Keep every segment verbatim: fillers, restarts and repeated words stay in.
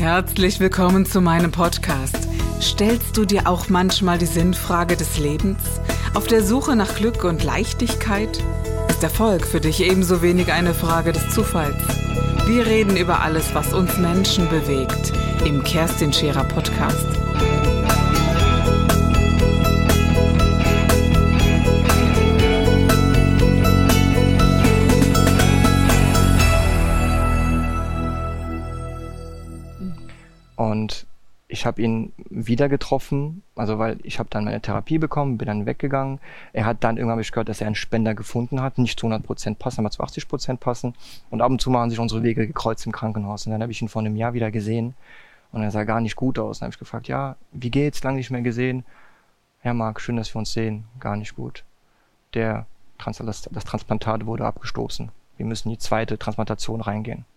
Herzlich willkommen zu meinem Podcast. Stellst du dir auch manchmal die Sinnfrage des Lebens? Auf der Suche nach Glück und Leichtigkeit? Ist Erfolg für dich ebenso wenig eine Frage des Zufalls? Wir reden über alles, was uns Menschen bewegt, im Kerstin Scherer Podcast. Und ich habe ihn wieder getroffen, also weil ich habe dann meine Therapie bekommen, bin dann weggegangen. Er hat dann, irgendwann habe ich gehört, dass er einen Spender gefunden hat, nicht zu hundert Prozent passen, aber zu achtzig Prozent passen. Und ab und zu machen sich unsere Wege gekreuzt im Krankenhaus. Und dann habe ich ihn vor einem Jahr wieder gesehen und er sah gar nicht gut aus. Dann habe ich gefragt, ja, wie geht's? Lange nicht mehr gesehen. Ja, Marc, schön, dass wir uns sehen. Gar nicht gut. Der Trans- das, das Transplantat wurde abgestoßen. Wir müssen in die zweite Transplantation reingehen.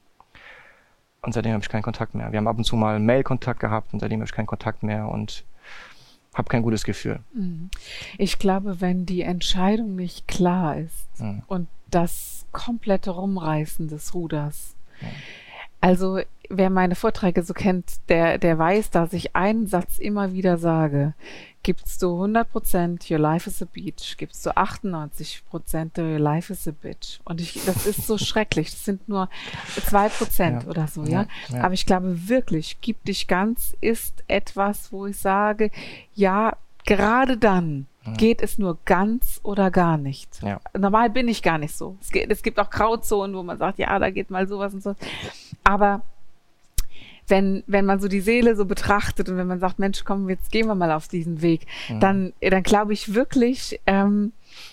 Und seitdem habe ich keinen Kontakt mehr. Wir haben ab und zu mal Mail-Kontakt gehabt und seitdem habe ich keinen Kontakt mehr und habe kein gutes Gefühl. Ich glaube, wenn die Entscheidung nicht klar ist Mhm. und das komplette Rumreißen des Ruders. Ja. Also wer meine Vorträge so kennt, der, der weiß, dass ich einen Satz immer wieder sage. Gibst du hundert Prozent Your Life is a Beach, gibst du achtundneunzig Prozent Your Life is a Bitch. Und ich, das ist so schrecklich. Das sind nur zwei Prozent Ja. oder so, ja? Ja, ja. Aber ich glaube wirklich, gib dich ganz ist etwas, wo ich sage, ja, gerade dann Mhm. geht es nur ganz oder gar nicht. Ja. Normal bin ich gar nicht so. Es, geht, es gibt auch Grauzonen, wo man sagt, ja, da geht mal sowas und so. Aber wenn, wenn man so die Seele so betrachtet und wenn man sagt, Mensch, komm, jetzt gehen wir mal auf diesen Weg, Mhm. dann, dann glaube ich wirklich, ähm,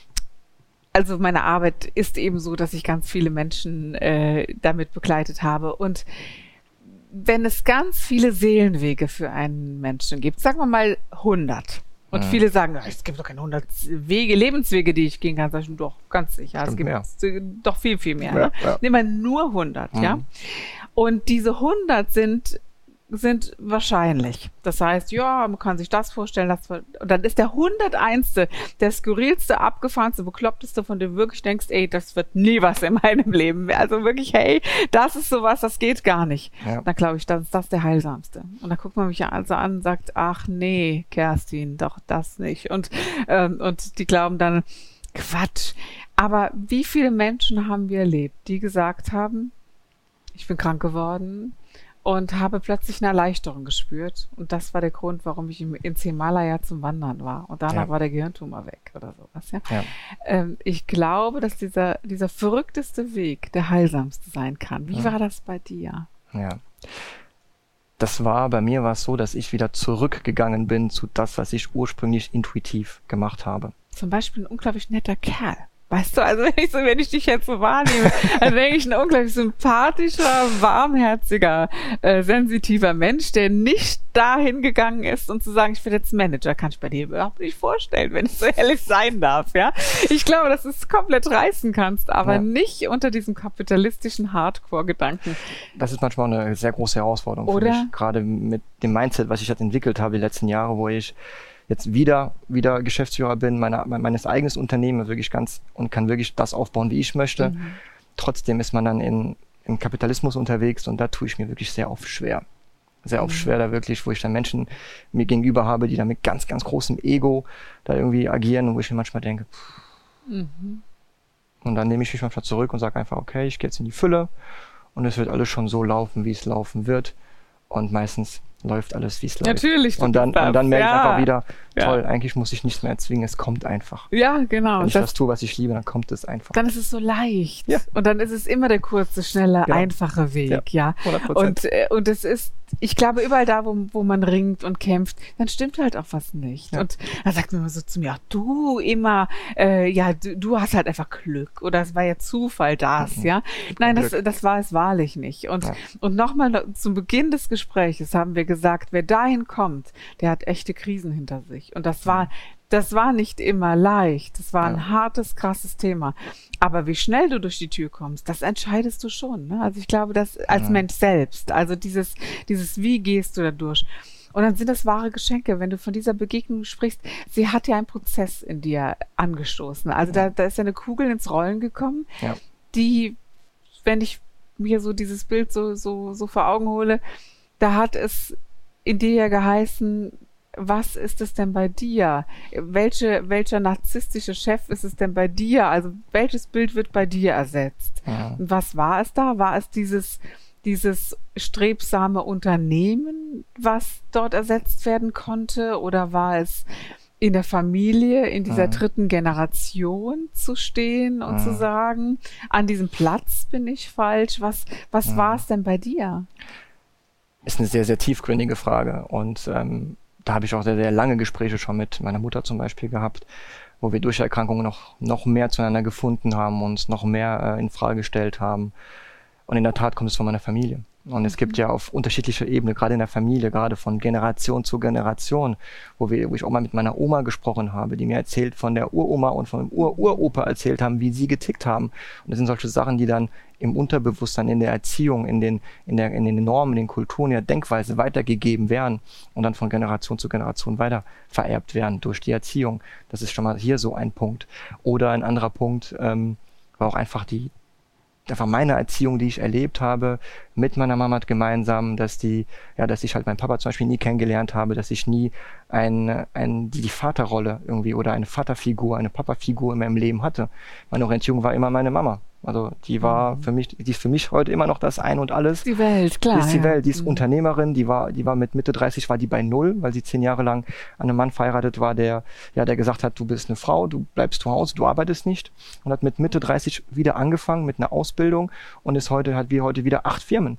also meine Arbeit ist eben so, dass ich ganz viele Menschen äh, damit begleitet habe. Und wenn es ganz viele Seelenwege für einen Menschen gibt, sagen wir mal hundert. Und Mhm. viele sagen, es gibt doch keine hundert Wege, Lebenswege, die ich gehen kann. Sag ich, doch, ganz sicher. Stimmt, es gibt mehr. doch viel, viel mehr. Ja, Ne? ja. Nehmen wir nur hundert, Mhm. ja. Und diese hundert sind, sind wahrscheinlich. Das heißt, ja, man kann sich das vorstellen, das, und dann ist der hunderteinste der skurrilste, abgefahrenste, bekloppteste, von dem du wirklich denkst, ey, das wird nie was in meinem Leben. Also wirklich, hey, das ist sowas, das geht gar nicht. Ja. Dann glaube ich, dann ist das der heilsamste. Und dann guckt man mich ja also an und sagt, ach nee, Kerstin, doch das nicht. Und, ähm, und die glauben dann, Quatsch. Aber wie viele Menschen haben wir erlebt, die gesagt haben, ich bin krank geworden und habe plötzlich eine Erleichterung gespürt. Und das war der Grund, warum ich im, ins Himalaya zum Wandern war. Und danach Ja. war der Gehirntumor weg oder sowas. Ja? Ja. Ähm, ich glaube, dass dieser, dieser verrückteste Weg der heilsamste sein kann. Wie Ja. war das bei dir? Ja. Das war, bei mir war es so, dass ich wieder zurückgegangen bin zu das, was ich ursprünglich intuitiv gemacht habe. Zum Beispiel ein unglaublich netter Kerl. Weißt du, also wenn ich, so, wenn ich dich jetzt so wahrnehme, dann denke ich, ein unglaublich sympathischer, warmherziger, äh, sensitiver Mensch, der nicht dahin gegangen ist, um zu sagen, ich bin jetzt Manager, kann ich bei dir überhaupt nicht vorstellen, wenn ich so ehrlich sein darf, ja. Ich glaube, dass du es komplett reißen kannst, aber Ja. nicht unter diesem kapitalistischen Hardcore-Gedanken. Das ist manchmal eine sehr große Herausforderung Oder? für mich. Gerade mit dem Mindset, was ich jetzt entwickelt habe die letzten Jahre, wo ich jetzt wieder, wieder Geschäftsführer bin, meine, meines eigenen Unternehmens wirklich ganz und kann wirklich das aufbauen, wie ich möchte. Mhm. Trotzdem ist man dann in, im Kapitalismus unterwegs und da tue ich mir wirklich sehr oft schwer. Sehr oft Mhm. schwer da wirklich, wo ich dann Menschen mir gegenüber habe, die da mit ganz, ganz großem Ego da irgendwie agieren und wo ich mir manchmal denke, pff. Mhm. Und dann nehme ich mich manchmal zurück und sage einfach, okay, ich gehe jetzt in die Fülle und es wird alles schon so laufen, wie es laufen wird. Und meistens läuft alles, wie es läuft. Natürlich. Und dann, tut das. und dann merke ja. ich einfach wieder, Ja. toll, eigentlich muss ich nichts mehr erzwingen, es kommt einfach. Ja, genau. Wenn ich Das- das tue, was ich liebe, dann kommt es einfach. Dann ist es so leicht. Ja. Und dann ist es immer der kurze, schnelle, Genau. einfache Weg, ja. hundert Prozent. Und, äh, und es ist, ich glaube, überall da, wo, wo man ringt und kämpft, dann stimmt halt auch was nicht. Ja. Und da sagt man immer so zu mir, ach, du immer, äh, ja, du, du hast halt einfach Glück. Oder es war ja Zufall das, Mhm. ja. Nein, das, Glück. das war es wahrlich nicht. Und, Ja. und nochmal zum Beginn des Gespräches haben wir gesagt, wer dahin kommt, der hat echte Krisen hinter sich. Und das war, das war nicht immer leicht. Das war ein Ja. hartes, krasses Thema. Aber wie schnell du durch die Tür kommst, das entscheidest du schon. Ne? Also ich glaube, das als Ja. Mensch selbst. Also dieses, dieses, wie gehst du da durch? Und dann sind das wahre Geschenke, wenn du von dieser Begegnung sprichst. Sie hat ja einen Prozess in dir angestoßen. Also Ja. da, da ist ja eine Kugel ins Rollen gekommen, Ja. die, wenn ich mir so dieses Bild so, so, so vor Augen hole, da hat es in dir ja geheißen, was ist es denn bei dir? Welche, welcher narzisstische Chef ist es denn bei dir? Also welches Bild wird bei dir ersetzt? Ja. Und was war es da? War es dieses, dieses strebsame Unternehmen, was dort ersetzt werden konnte? Oder war es in der Familie, in dieser Mhm. dritten Generation zu stehen und Mhm. zu sagen, an diesem Platz bin ich falsch? Was, was Mhm. war es denn bei dir? Ist eine sehr, sehr tiefgründige Frage. Und ähm, da habe ich auch sehr, sehr lange Gespräche schon mit meiner Mutter zum Beispiel gehabt, wo wir durch Erkrankungen noch, noch mehr zueinander gefunden haben, uns noch mehr äh, in Frage gestellt haben. Und in der Tat kommt es von meiner Familie. Und es gibt ja auf unterschiedlicher Ebene, gerade in der Familie, gerade von Generation zu Generation, wo, wir, wo ich auch mal mit meiner Oma gesprochen habe, die mir erzählt von der Uroma und von dem Ur-Uropa erzählt haben, wie sie getickt haben. Und das sind solche Sachen, die dann im Unterbewusstsein, in der Erziehung, in den, in der, in den Normen, in den Kulturen, in der Denkweise weitergegeben werden und dann von Generation zu Generation weiter vererbt werden durch die Erziehung. Das ist schon mal hier so ein Punkt. Oder ein anderer Punkt ähm, war auch einfach die einfach meine Erziehung, die ich erlebt habe, mit meiner Mama gemeinsam, dass die, ja, dass ich halt meinen Papa zum Beispiel nie kennengelernt habe, dass ich nie ein, ein, die, die Vaterrolle irgendwie oder eine Vaterfigur, eine Papafigur in meinem Leben hatte. Meine Orientierung war immer meine Mama. Also die war für mich, die ist für mich heute immer noch das Ein und Alles. Die Welt, klar. Die ist die ja. Welt, die ist Mhm. Unternehmerin, die war, die war mit Mitte dreißig, war die bei Null, weil sie zehn Jahre lang an einem Mann verheiratet war, der, ja, der gesagt hat, du bist eine Frau, du bleibst zu Hause, du arbeitest nicht, und hat mit Mitte dreißig wieder angefangen mit einer Ausbildung und ist heute, hat wie heute wieder acht Firmen.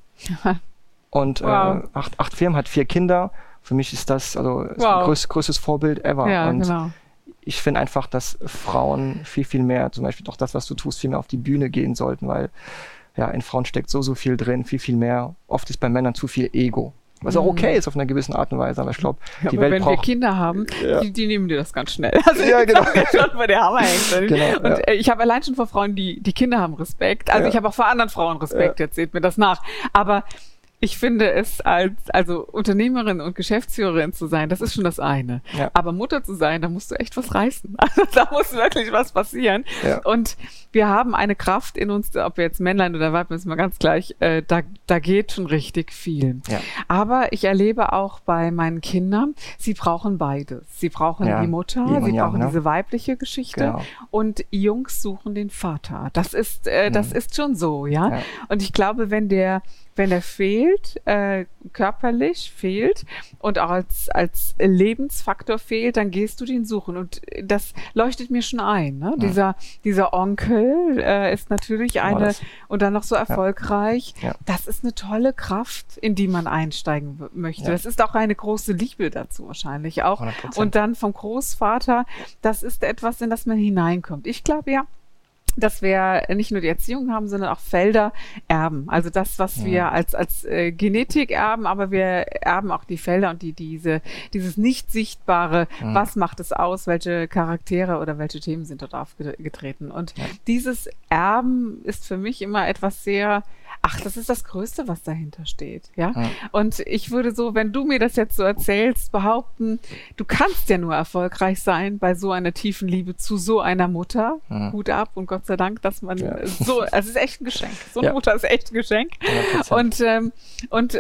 Und Wow. äh, acht, acht Firmen, hat vier Kinder. Für mich ist das also ist Wow. größ, größtes Vorbild ever. Ja, und genau. ich finde einfach, dass Frauen viel, viel mehr, zum Beispiel auch das, was du tust, viel mehr auf die Bühne gehen sollten, weil ja, in Frauen steckt so, so viel drin, viel, viel mehr. Oft ist bei Männern zu viel Ego. Was auch okay ist auf einer gewissen Art und Weise, aber ich glaube, Ja, die aber Welt wenn wir braucht... Kinder haben, Ja. die, die nehmen dir das ganz schnell. Also Ja, die genau. sagen ja schon, wo der Hammer hängt. Genau, und ja. äh, ich habe allein schon vor Frauen, die, die Kinder haben Respekt. Also Ja. ich habe auch vor anderen Frauen Respekt, jetzt seht mir das nach. Aber ich finde es als, also Unternehmerin und Geschäftsführerin zu sein, das ist schon das eine. Ja. Aber Mutter zu sein, da musst du echt was reißen. Also da muss wirklich was passieren. Ja. Und wir haben eine Kraft in uns, ob wir jetzt Männlein oder Weiblein, ist mal ganz gleich, äh, da, da geht schon richtig viel. Ja. Aber ich erlebe auch bei meinen Kindern, sie brauchen beides. Sie brauchen Ja, die Mutter, Yin und sie Yang, brauchen ne? diese weibliche Geschichte Genau. und Jungs suchen den Vater. Das ist, äh, das Mhm. ist schon so, ja? Ja. Und ich glaube, wenn der, wenn der fehlt, äh, körperlich fehlt und auch als, als Lebensfaktor fehlt, dann gehst du den suchen. Und das leuchtet mir schon ein. Ne? Ja. Dieser, dieser Onkel äh, ist natürlich Genau eine, das. und dann noch so erfolgreich. Ja. Das ist eine tolle Kraft, in die man einsteigen w- möchte. Ja. Das ist auch eine große Liebe dazu wahrscheinlich auch. hundert Prozent. Und dann vom Großvater, das ist etwas, in das man hineinkommt. Ich glaube ja, dass wir nicht nur die Erziehung haben, sondern auch Felder erben. Also das, was Ja. wir als, als äh, Genetik erben, aber wir erben auch die Felder und die, diese, dieses nicht sichtbare, Mhm. was macht es aus, welche Charaktere oder welche Themen sind dort aufgetreten. Und Ja. dieses Erben ist für mich immer etwas sehr, ach, das ist das Größte, was dahinter steht. Ja? Ja. Und ich würde so, wenn du mir das jetzt so erzählst, behaupten, du kannst ja nur erfolgreich sein bei so einer tiefen Liebe zu so einer Mutter. Mhm. Hut ab und Gott sei Dank, dass man Ja. so, es ist echt ein Geschenk. So eine Ja. Mutter ist echt ein Geschenk. hundert Prozent. Und, ähm, und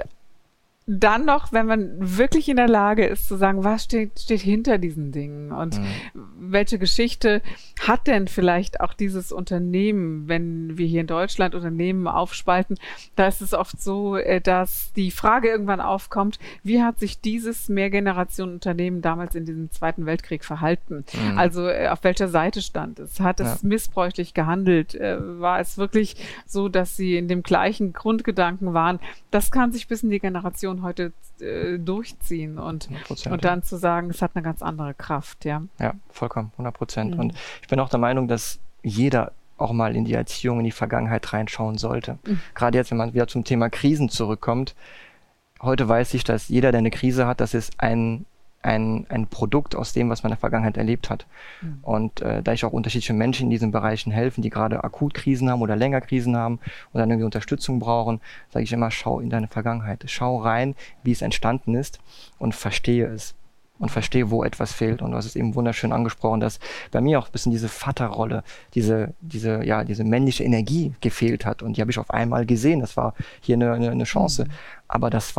dann noch, wenn man wirklich in der Lage ist zu sagen, was steht, steht hinter diesen Dingen und Mhm. welche Geschichte hat denn vielleicht auch dieses Unternehmen, wenn wir hier in Deutschland Unternehmen aufspalten, da ist es oft so, äh, dass die Frage irgendwann aufkommt, wie hat sich dieses Mehrgenerationen-Unternehmen damals in diesem Zweiten Weltkrieg verhalten? Mhm. Also äh, auf welcher Seite stand es? Hat es Ja. missbräuchlich gehandelt? Äh, war es wirklich so, dass sie in dem gleichen Grundgedanken waren? Das kann sich bis in die Generation heute äh, durchziehen und, hundert Prozent, und dann zu sagen, es hat eine ganz andere Kraft, ja. Ja, vollkommen, hundert Prozent. Mhm. Und ich bin auch der Meinung, dass jeder auch mal in die Erziehung, in die Vergangenheit reinschauen sollte. Mhm. Gerade jetzt, wenn man wieder zum Thema Krisen zurückkommt. Heute weiß ich, dass jeder, der eine Krise hat, das ist ein, ein, ein Produkt aus dem, was man in der Vergangenheit erlebt hat. Mhm. Und äh, da ich auch unterschiedliche Menschen in diesen Bereichen helfen, die gerade akut Krisen haben oder länger Krisen haben und dann irgendwie Unterstützung brauchen, sage ich immer, schau in deine Vergangenheit. Schau rein, wie es entstanden ist und verstehe es. Und verstehe, wo etwas fehlt. Und du hast es eben wunderschön angesprochen, dass bei mir auch ein bisschen diese Vaterrolle, diese, diese, ja, diese männliche Energie gefehlt hat. Und die habe ich auf einmal gesehen. Das war hier eine, eine, eine Chance. Mhm. Aber das war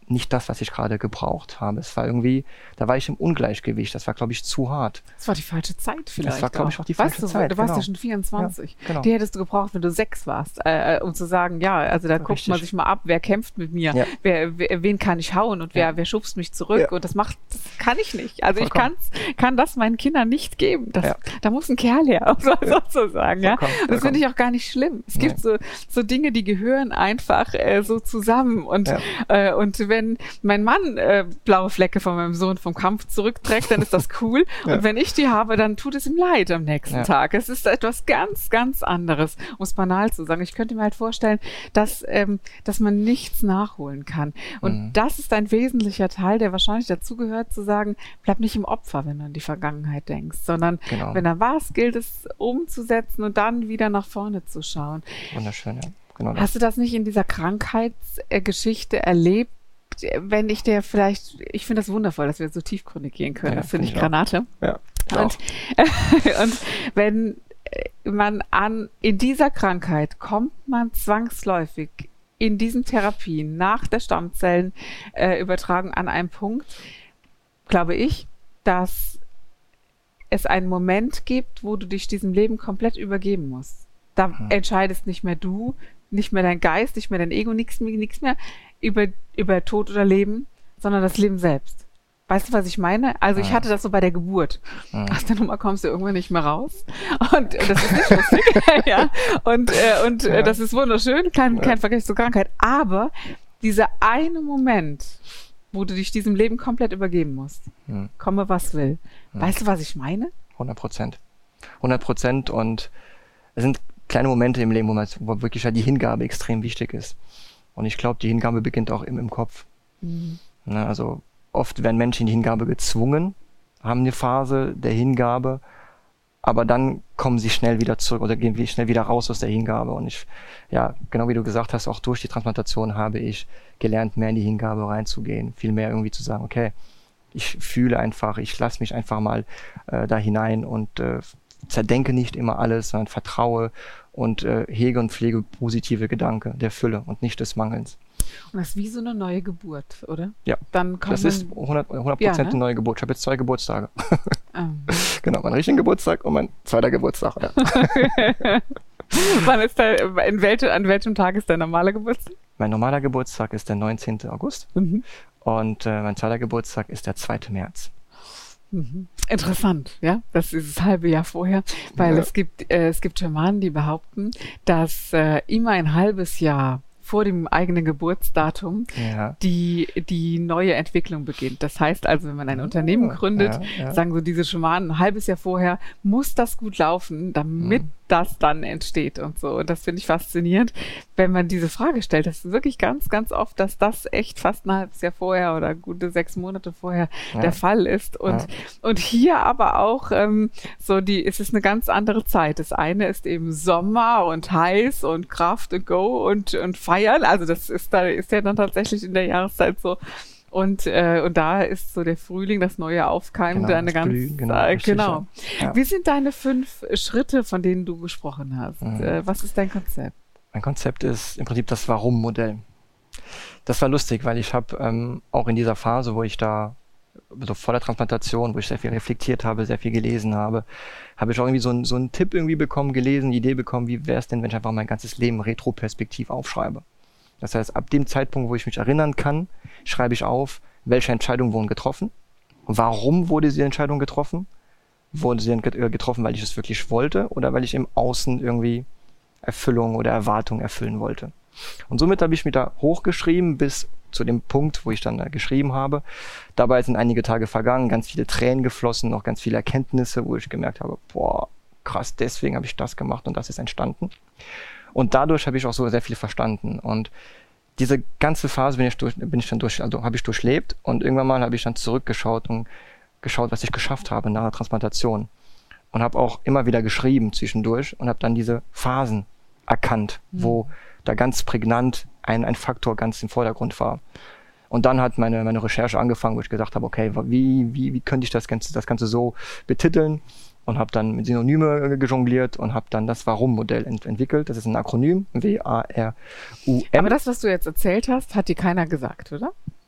nicht das, was ich gerade gebraucht habe. Es war irgendwie, da war ich im Ungleichgewicht. Das war, glaube ich, zu hart. Das war die falsche Zeit vielleicht. Das war, glaube ich, auch die falsche weißt du, Zeit. Du warst genau. ja schon vierundzwanzig. Ja, genau. Die hättest du gebraucht, wenn du sechs warst, äh, um zu sagen, ja, also da guckt Richtig. man sich mal ab, wer kämpft mit mir, Ja. wer, wer, wen kann ich hauen und wer, Ja. wer schubst mich zurück. Ja. Und das macht, das kann ich nicht. Also Vollkommen. ich kann's, kann das meinen Kindern nicht geben. Das, Ja. Da muss ein Kerl her, um so Ja. zu sagen. Ja? Vollkommen, Und das vollkommen. finde ich auch gar nicht schlimm. Es Nee. gibt so, so Dinge, die gehören einfach äh, so zusammen. Und, Ja. äh, und wenn mein Mann äh, blaue Flecke von meinem Sohn vom Kampf zurückträgt, dann ist das cool. Ja. Und wenn ich die habe, dann tut es ihm leid am nächsten Ja. Tag. Es ist etwas ganz, ganz anderes, um es banal zu sagen. Ich könnte mir halt vorstellen, dass, ähm, dass man nichts nachholen kann. Und Mhm. das ist ein wesentlicher Teil, der wahrscheinlich dazugehört, zu sagen, bleib nicht im Opfer, wenn du an die Vergangenheit denkst, sondern Genau. wenn da was, gilt es umzusetzen und dann wieder nach vorne zu schauen. Wunderschön, ja. Genau das. Hast du das nicht in dieser Krankheitsgeschichte erlebt? Wenn ich dir vielleicht, ich finde das wundervoll, dass wir so tiefgründig gehen können, Ja, das finde ich find ich auch. Granate. Ja, ich Und, auch. und wenn man an, in dieser Krankheit kommt man zwangsläufig in diesen Therapien nach der Stammzellenübertragung äh, an einen Punkt, glaube ich, dass es einen Moment gibt, wo du dich diesem Leben komplett übergeben musst. Da Mhm. entscheidest nicht mehr du, nicht mehr dein Geist, nicht mehr dein Ego, nichts mehr, nichts mehr über, über Tod oder Leben, sondern das Leben selbst. Weißt du, was ich meine? Also ich Mhm. hatte das so bei der Geburt. Mhm. Aus der Nummer kommst du irgendwann nicht mehr raus. Und äh, das ist nicht lustig. ja. Und, äh, und äh, Ja. das ist wunderschön, kein, Ja. kein Vergleich zur Krankheit. Aber dieser eine Moment, wo du dich diesem Leben komplett übergeben musst, Mhm. komme was will. Mhm. Weißt du, was ich meine? hundert Prozent. hundert Prozent und es sind kleine Momente im Leben, wo, man, wo wirklich halt die Hingabe extrem wichtig ist. Und ich glaube, die Hingabe beginnt auch im, im Kopf. Mhm. Ne, also oft werden Menschen in die Hingabe gezwungen, haben eine Phase der Hingabe, aber dann kommen sie schnell wieder zurück oder gehen schnell wieder raus aus der Hingabe. Und ich, ja, genau wie du gesagt hast, auch durch die Transplantation habe ich gelernt, mehr in die Hingabe reinzugehen, viel mehr irgendwie zu sagen, okay, ich fühle einfach, ich lasse mich einfach mal äh, da hinein und äh, zerdenke nicht immer alles, sondern vertraue und äh, hege und pflege positive Gedanken der Fülle und nicht des Mangelns. Und das ist wie so eine neue Geburt, oder? Ja, Dann kann das man, ist hundert Prozent Ja, ne? eine neue Geburt. Ich habe jetzt zwei Geburtstage. ähm, Genau, mein richtigen Geburtstag und mein zweiter Geburtstag. Ja. wann ist der, in welche, an welchem Tag ist der normale Geburtstag? Mein normaler Geburtstag ist der neunzehnten August Mhm. und äh, mein zweiter Geburtstag ist der zweiten März. Mhm. Interessant, ja, das ist das halbe Jahr vorher, weil Ja. es gibt äh, es gibt Schamanen, die behaupten, dass äh, immer ein halbes Jahr vor dem eigenen Geburtsdatum Ja. die die neue Entwicklung beginnt. Das heißt also, wenn man ein Unternehmen gründet, ja, ja. sagen so diese Schamanen, ein halbes Jahr vorher muss das gut laufen, damit Mhm. das dann entsteht und so. Und das finde ich faszinierend, wenn man diese Frage stellt. Das ist wirklich ganz, ganz oft, dass das echt fast ein halbes Jahr vorher oder gute sechs Monate vorher Ja. der Fall ist. Und, Ja. und hier aber auch ähm, so die, es ist eine ganz andere Zeit. Das eine ist eben Sommer und heiß und Kraft und Go und, und Feiern. Also das ist da ist ja dann tatsächlich in der Jahreszeit so. Und, äh, und da ist so der Frühling, das neue Aufkeimen, Genau, eine das ganz, Blühen, genau, äh, richtig, genau. ja. Wie sind deine fünf Schritte, von denen du gesprochen hast? Mhm. Äh, was ist dein Konzept? Mein Konzept ist im Prinzip das Warum-Modell. Das war lustig, weil ich habe ähm, auch in dieser Phase, wo ich da so vor der Transplantation, wo ich sehr viel reflektiert habe, sehr viel gelesen habe, habe ich auch irgendwie so, ein, so einen Tipp irgendwie bekommen, gelesen, eine Idee bekommen, wie wäre es denn, wenn ich einfach mein ganzes Leben retroperspektiv aufschreibe. Das heißt, ab dem Zeitpunkt, wo ich mich erinnern kann, schreibe ich auf, welche Entscheidungen wurden getroffen, warum wurde diese Entscheidung getroffen, wurde sie getroffen, weil ich es wirklich wollte oder weil ich im Außen irgendwie Erfüllung oder Erwartung erfüllen wollte. Und somit habe ich mich da hochgeschrieben bis zu dem Punkt, wo ich dann äh, geschrieben habe. Dabei sind einige Tage vergangen, ganz viele Tränen geflossen, noch ganz viele Erkenntnisse, wo ich gemerkt habe, boah, krass, deswegen habe ich das gemacht und das ist entstanden. Und dadurch habe ich auch so sehr viel verstanden. Und diese ganze Phase bin ich, durch, bin ich dann durch, also habe ich durchlebt und irgendwann mal habe ich dann zurückgeschaut und geschaut, was ich geschafft habe nach der Transplantation. Und habe auch immer wieder geschrieben zwischendurch und habe dann diese Phasen erkannt, mhm. wo da ganz prägnant ein, ein Faktor ganz im Vordergrund war. Und dann hat meine, meine Recherche angefangen, wo ich gesagt habe, okay, wie, wie, wie könnte ich das Ganze, das Ganze so betiteln? Und habe dann mit Synonyme gejongliert und habe dann das Warum-Modell ent- entwickelt. Das ist ein Akronym, W A R U M. Aber das, was du jetzt erzählt hast, hat dir keiner gesagt, oder?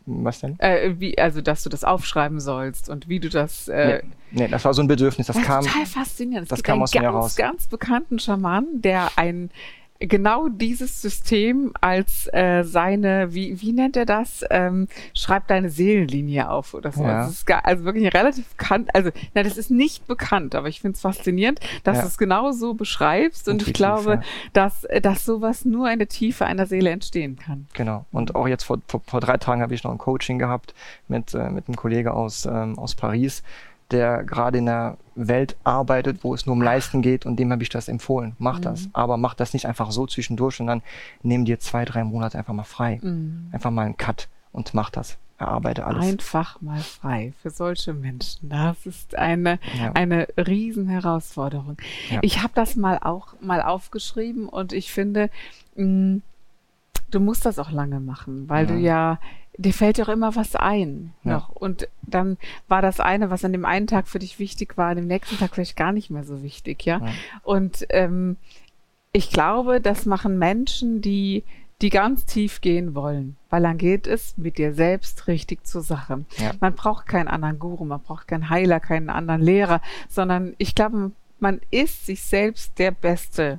Was denn? Äh, wie, also, dass du das aufschreiben sollst und wie du das... Äh, nee, nee, das war so ein Bedürfnis, das, das kam... total faszinierend. Es das gibt kam einen aus mir ganz, raus. ganz bekannten Schamanen, der ein genau dieses System als äh, seine, wie, wie nennt er das? Ähm, schreib deine Seelenlinie auf oder so. Ja. Das ist gar, also wirklich relativ bekannt, also na, das ist nicht bekannt, aber ich finde es faszinierend, dass Ja. du es genau so beschreibst und ich Intuitiv, glaube, ja. dass, dass sowas nur in der Tiefe einer Seele entstehen kann. Genau. Und auch jetzt vor, vor, vor drei Tagen habe ich noch ein Coaching gehabt mit, äh, mit einem Kollegen aus, ähm, aus Paris, der gerade in einer Welt arbeitet, wo es nur um Leisten geht und dem habe ich das empfohlen. Mach Mhm. das. Aber mach das nicht einfach so zwischendurch, sondern nimm dir zwei, drei Monate einfach mal frei. Mhm. Einfach mal einen Cut und mach das. Erarbeite alles. Einfach mal frei für solche Menschen. Das ist eine, Ja. eine riesen Herausforderung. Ja. Ich habe das mal auch mal aufgeschrieben und ich finde, mh, du musst das auch lange machen, weil Ja. du ja, dir fällt ja auch immer was ein Ja. noch. Und dann war das eine, was an dem einen Tag für dich wichtig war, an dem nächsten Tag vielleicht gar nicht mehr so wichtig, ja. Ja. Und ähm, ich glaube, das machen Menschen, die die ganz tief gehen wollen, weil dann geht es mit dir selbst richtig zur Sache. Ja. Man braucht keinen anderen Guru, man braucht keinen Heiler, keinen anderen Lehrer, sondern ich glaube, man ist sich selbst der beste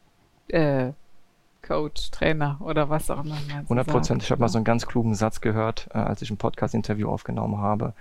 äh, Coach, Trainer oder was auch immer man so hundert Prozent. sagt. Ich habe mal so einen ganz klugen Satz gehört, äh, als ich ein Podcast-Interview aufgenommen habe.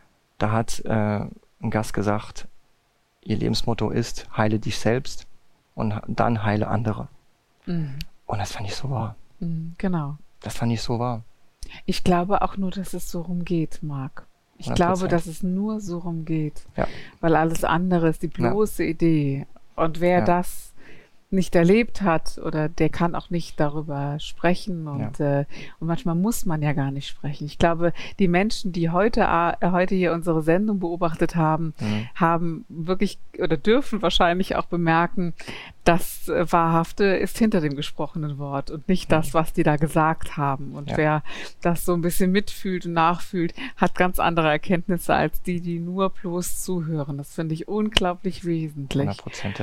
Da hat äh, ein Gast gesagt, ihr Lebensmotto ist, heile dich selbst und ha- dann heile andere. Mhm. Und das fand ich so wahr. Mhm, genau. Das fand ich so wahr. Ich glaube auch nur, dass es so rumgeht, Marc. Ich hundert glaube, Prozent. dass es nur so rumgeht. Ja. Weil alles andere ist die bloße Idee. Und wer Ja. das nicht erlebt hat oder der kann auch nicht darüber sprechen und, äh, und manchmal muss man ja gar nicht sprechen. Ich glaube, die Menschen, die heute, äh, heute hier unsere Sendung beobachtet haben, Mhm. haben wirklich oder dürfen wahrscheinlich auch bemerken, das äh, Wahrhafte ist hinter dem gesprochenen Wort und nicht das, was die da gesagt haben. Und Ja. wer das so ein bisschen mitfühlt und nachfühlt, hat ganz andere Erkenntnisse als die, die nur bloß zuhören. Das finde ich unglaublich wesentlich. hundert Prozent, ja.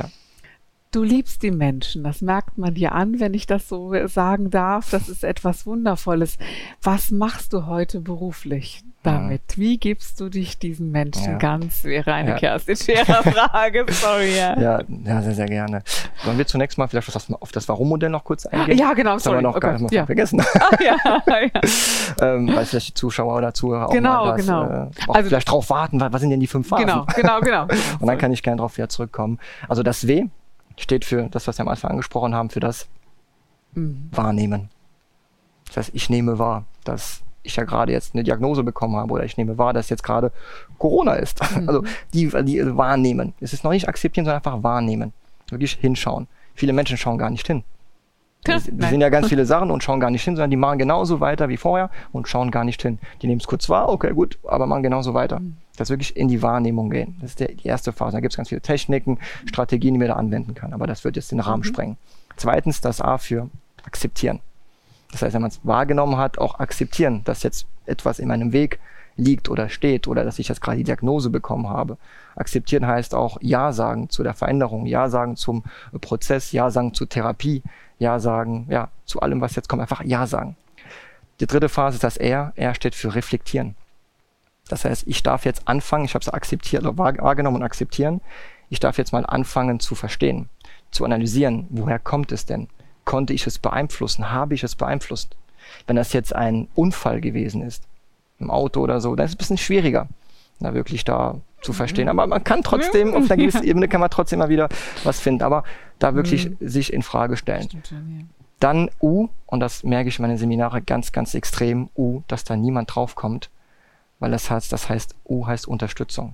Du liebst die Menschen, das merkt man dir an, wenn ich das so sagen darf. Das ist etwas Wundervolles. Was machst du heute beruflich damit? Wie gibst du dich diesen Menschen Ja. ganz? Wäre eine Ja. Kerstin Scherer Frage. Sorry. Ja, Ja, ja, sehr, sehr gerne. Sollen wir zunächst mal vielleicht auf das, auf das Warum-Modell noch kurz eingehen? ja genau. Das haben Sorry. wir noch Oh gar Gott, nicht ja. vergessen. Ah, ja, ja. ähm, weil vielleicht die Zuschauer oder Zuhörer Genau, auch mal das, genau. äh, auch Also- vielleicht drauf warten, was was sind denn die fünf Phasen? Genau, genau, genau. Und dann kann ich gerne darauf wieder zurückkommen. Also das W steht für das, was wir am Anfang angesprochen haben, für das Mhm. Wahrnehmen. Das heißt, ich nehme wahr, dass ich ja gerade jetzt eine Diagnose bekommen habe oder ich nehme wahr, dass jetzt gerade Corona ist. Mhm. Also die, die wahrnehmen. Es ist noch nicht akzeptieren, sondern einfach wahrnehmen. Wirklich hinschauen. Viele Menschen schauen gar nicht hin. Die, die Nein. sehen ja ganz viele Sachen und schauen gar nicht hin, sondern die machen genauso weiter wie vorher und schauen gar nicht hin. Die nehmen es kurz wahr, okay, gut, aber machen genauso weiter. Mhm. Das wirklich in die Wahrnehmung gehen. Das ist der, die erste Phase. Da gibt es ganz viele Techniken, Strategien, die man da anwenden kann. Aber das wird jetzt den Rahmen Mhm. sprengen. Zweitens das A für akzeptieren. Das heißt, wenn man es wahrgenommen hat, auch akzeptieren, dass jetzt etwas in meinem Weg liegt oder steht oder dass ich jetzt gerade die Diagnose bekommen habe. Akzeptieren heißt auch Ja sagen zu der Veränderung, Ja sagen zum Prozess, Ja sagen zur Therapie, Ja sagen, ja, zu allem, was jetzt kommt, einfach Ja sagen. Die dritte Phase ist das R. R steht für reflektieren. Das heißt, ich darf jetzt anfangen, ich habe es akzeptiert, oder wahr- wahrgenommen und akzeptieren, ich darf jetzt mal anfangen zu verstehen, zu analysieren, woher kommt es denn? Konnte ich es beeinflussen? Habe ich es beeinflusst? Wenn das jetzt ein Unfall gewesen ist, im Auto oder so, dann ist es ein bisschen schwieriger, da wirklich da zu verstehen. Aber man kann trotzdem, auf einer gewissen Ebene kann man trotzdem mal wieder was finden, aber da wirklich Mhm. sich in Frage stellen. Stimmt schon, ja. Dann U, und das merke ich in meinen Seminaren ganz, ganz extrem, U, dass da niemand draufkommt, weil das heißt, das heißt, U heißt Unterstützung.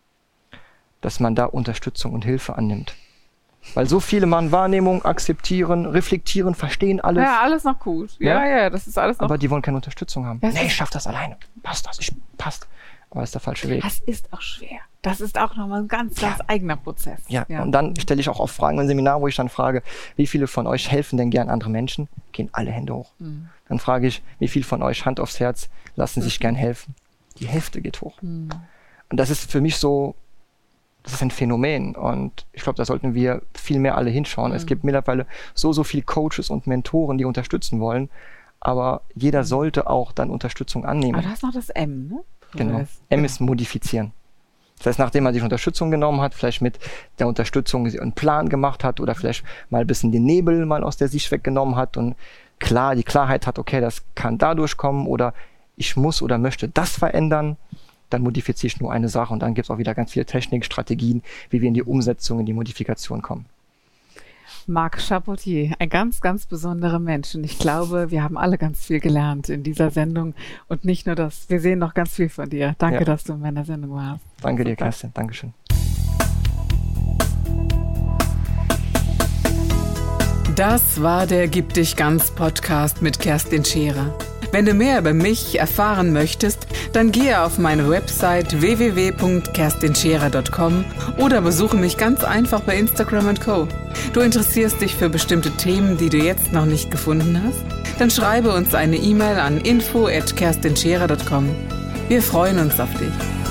Dass man da Unterstützung und Hilfe annimmt. Weil so viele machen Wahrnehmung, akzeptieren, reflektieren, verstehen alles, Ja, alles noch gut. Ja, Ja? ja, das ist alles noch aber die wollen keine Unterstützung haben. Ja, es Nee, ist- ich schaff das alleine. Passt das, ich, passt. Aber das ist der falsche Weg. Das ist auch schwer. Das ist auch nochmal ein ganz, ganz eigener Prozess. Ja, und dann stelle ich auch oft Fragen im Seminar, wo ich dann frage, wie viele von euch helfen denn gern anderen Menschen? Gehen alle Hände hoch. Mhm. Dann frage ich, wie viele von euch, Hand aufs Herz, lassen sich gern helfen? Die Hälfte geht hoch. Mhm. Und das ist für mich so, das ist ein Phänomen. Und ich glaube, da sollten wir viel mehr alle hinschauen. Mhm. Es gibt mittlerweile so, so viele Coaches und Mentoren, die unterstützen wollen. aber jeder sollte auch dann Unterstützung annehmen. Aber du hast noch das M, ne? Genau. Das, M genau. ist modifizieren. Das heißt, nachdem man sich Unterstützung genommen hat, vielleicht mit der Unterstützung einen Plan gemacht hat oder vielleicht mal ein bisschen den Nebel mal aus der Sicht weggenommen hat und klar die Klarheit hat, okay, das kann dadurch kommen oder ich muss oder möchte das verändern, dann modifiziere ich nur eine Sache und dann gibt es auch wieder ganz viele Techniken, Strategien, wie wir in die Umsetzung, in die Modifikation kommen. Marc Chapoutier, ein ganz, ganz besonderer Mensch. Und ich glaube, wir haben alle ganz viel gelernt in dieser Sendung. Und nicht nur das, wir sehen noch ganz viel von dir. Danke, ja. dass du in meiner Sendung warst. Danke Super. dir, Kerstin. Dankeschön. Das war der Gib dich ganz Podcast mit Kerstin Scherer. Wenn du mehr über mich erfahren möchtest, dann gehe auf meine Website w w w punkt kerstin scherer punkt com oder besuche mich ganz einfach bei Instagram und Co. Du interessierst dich für bestimmte Themen, die du jetzt noch nicht gefunden hast? Dann schreibe uns eine E-Mail an info at kerstin scherer punkt com. Wir freuen uns auf dich.